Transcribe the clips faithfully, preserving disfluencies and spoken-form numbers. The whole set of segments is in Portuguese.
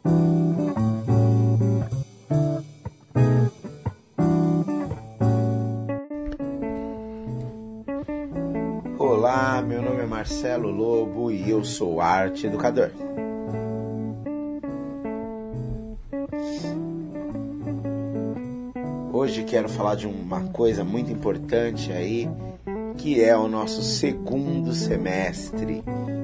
Olá, meu nome é Marcelo Lobo e eu sou arte educador. Hoje quero falar de uma coisa muito importante aí, que é o nosso segundo semestre.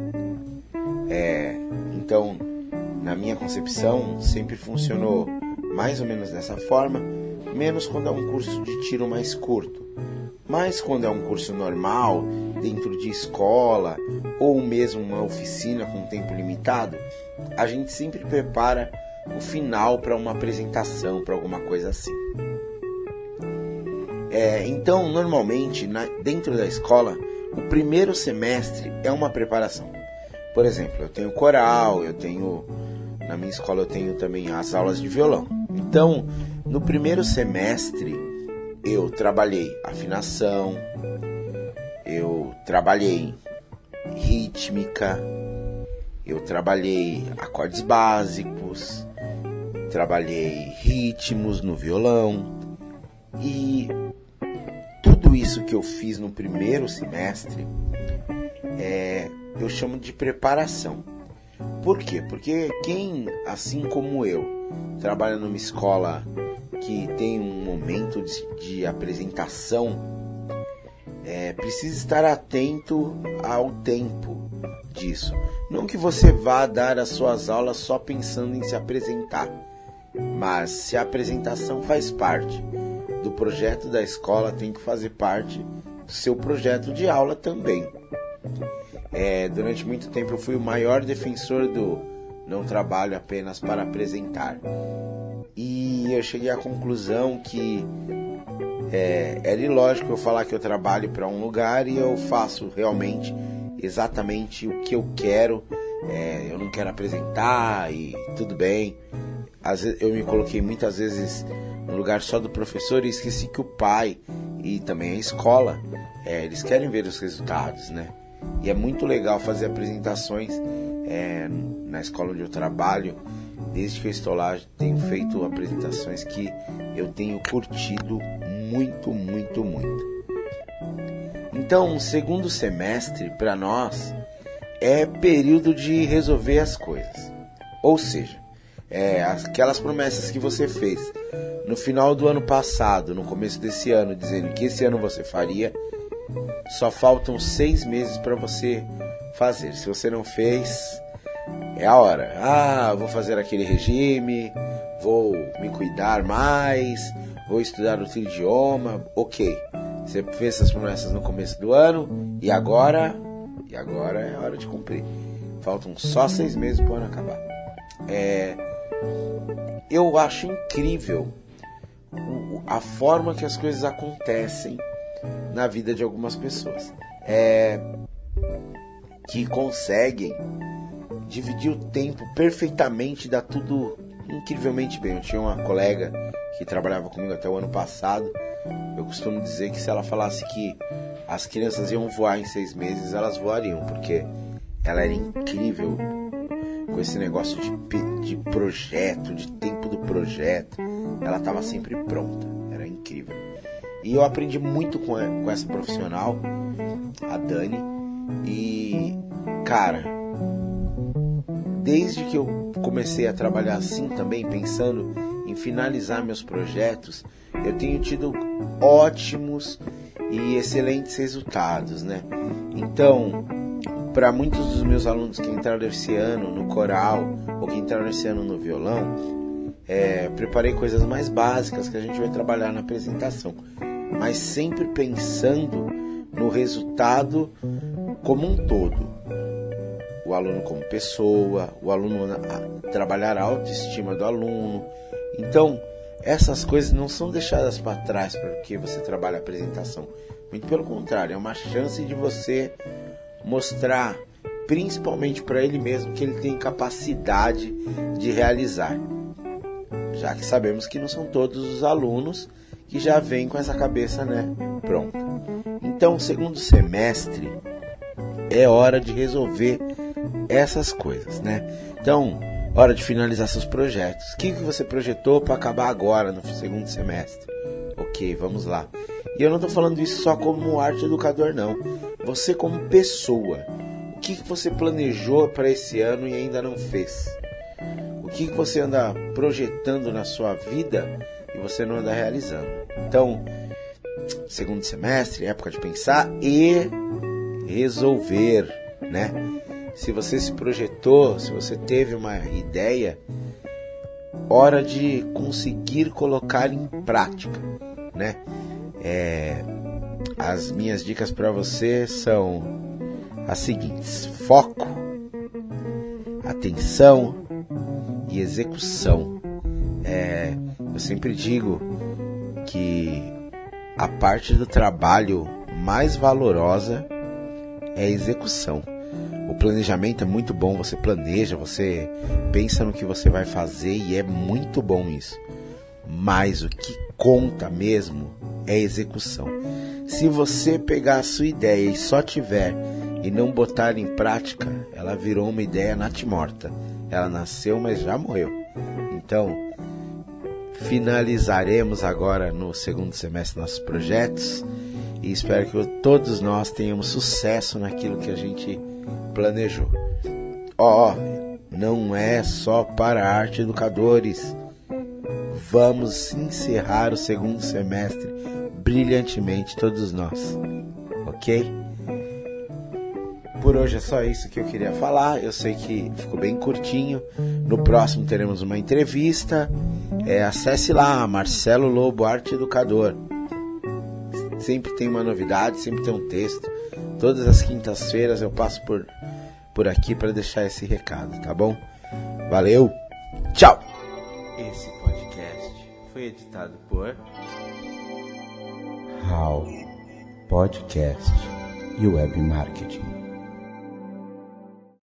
É, então, na minha concepção, sempre funcionou mais ou menos dessa forma, menos quando é um curso de tiro mais curto. Mas quando é um curso normal, dentro de escola, ou mesmo uma oficina com tempo limitado, a gente sempre prepara o final para uma apresentação, para alguma coisa assim. É, então, normalmente, na, dentro da escola, o primeiro semestre é uma preparação. Por exemplo, eu tenho coral, eu tenho, na minha escola eu tenho também as aulas de violão. Então, no primeiro semestre, eu trabalhei afinação, eu trabalhei rítmica, eu trabalhei acordes básicos, trabalhei ritmos no violão e tudo isso que eu fiz no primeiro semestre é, eu chamo de preparação. Por quê? Porque quem, assim como eu, trabalha numa escola que tem um momento de, de apresentação, é, precisa estar atento ao tempo disso. Não que você vá dar as suas aulas só pensando em se apresentar, mas se a apresentação faz parte do projeto da escola, tem que fazer parte do seu projeto de aula também. É, durante muito tempo eu fui o maior defensor do não trabalho apenas para apresentar. E eu cheguei à conclusão que é, era ilógico eu falar que eu trabalho para um lugar e eu faço realmente exatamente o que eu quero. É, eu não quero apresentar e tudo bem. Às vezes, eu me coloquei muitas vezes no lugar só do professor e esqueci que o pai e também a escola, é, eles querem ver os resultados, né? E é muito legal fazer apresentações é, na escola onde eu trabalho. Desde que eu estou lá, tenho feito apresentações que eu tenho curtido muito, muito, muito. Então, o segundo semestre, para nós, é período de resolver as coisas. Ou seja, é, aquelas promessas que você fez no final do ano passado, no começo desse ano, dizendo que esse ano você faria, só faltam seis meses para você fazer. Se você não fez, é a hora. Ah, vou fazer aquele regime, vou me cuidar mais, vou estudar outro idioma. Ok, você fez essas promessas no começo do ano e agora, e agora é a hora de cumprir. Faltam só seis meses para o ano acabar. É, eu acho incrível a forma que as coisas acontecem na vida de algumas pessoas, é, que conseguem dividir o tempo perfeitamente, dá tudo incrivelmente bem. Eu tinha uma colega que trabalhava comigo até o ano passado. Eu costumo dizer que se ela falasse que as crianças iam voar em seis meses, elas voariam, porque ela era incrível com esse negócio de, de projeto, de tempo do projeto. Ela estava sempre pronta, era incrível. E eu aprendi muito com, com essa profissional, a Dani. E, cara, desde que eu comecei a trabalhar assim também, pensando em finalizar meus projetos, eu tenho tido ótimos e excelentes resultados, né? Então, para muitos dos meus alunos que entraram esse ano no coral ou que entraram esse ano no violão, é, preparei coisas mais básicas que a gente vai trabalhar na apresentação, mas sempre pensando no resultado como um todo. O aluno como pessoa, o aluno a, trabalhar a autoestima do aluno. Então, essas coisas não são deixadas para trás porque você trabalha a apresentação. Muito pelo contrário, é uma chance de você mostrar, principalmente para ele mesmo, que ele tem capacidade de realizar. Já que sabemos que não são todos os alunos que já vêm com essa cabeça, né, pronta. Então, segundo semestre, é hora de resolver essas coisas, né? Então, Hora de finalizar seus projetos. O que você projetou para acabar agora, no segundo semestre? Ok, vamos lá. E eu não estou falando isso só como arte educador, não. Você como pessoa. O que você planejou para esse ano e ainda não fez? O que você anda projetando na sua vida e você não anda realizando? Então, segundo semestre, época de pensar e resolver, né? Se você se projetou, se você teve uma ideia, hora de conseguir colocar em prática, né? É, as minhas dicas para você são as seguintes: foco, atenção e execução. É, eu sempre digo que a parte do trabalho mais valorosa é a execução. O planejamento é muito bom, você planeja, você pensa no que você vai fazer e é muito bom isso. Mas o que conta mesmo é a execução. Se você pegar a sua ideia e só tiver e não botar em prática, ela virou uma ideia natimorta. Ela nasceu, mas já morreu. Então, finalizaremos agora no segundo semestre nossos projetos e espero que todos nós tenhamos sucesso naquilo que a gente planejou. Ó, oh, não é só para arte educadores. Vamos encerrar o segundo semestre brilhantemente, todos nós. Ok? Por hoje é só isso que eu queria falar. Eu sei que ficou bem curtinho. No próximo teremos uma entrevista. É, acesse lá, Marcelo Lobo, Arte Educador. Sempre tem uma novidade, sempre tem um texto. Todas as quintas-feiras eu passo por, por aqui para deixar esse recado, tá bom? Valeu, tchau! Esse podcast foi editado por How Podcast e Web Marketing.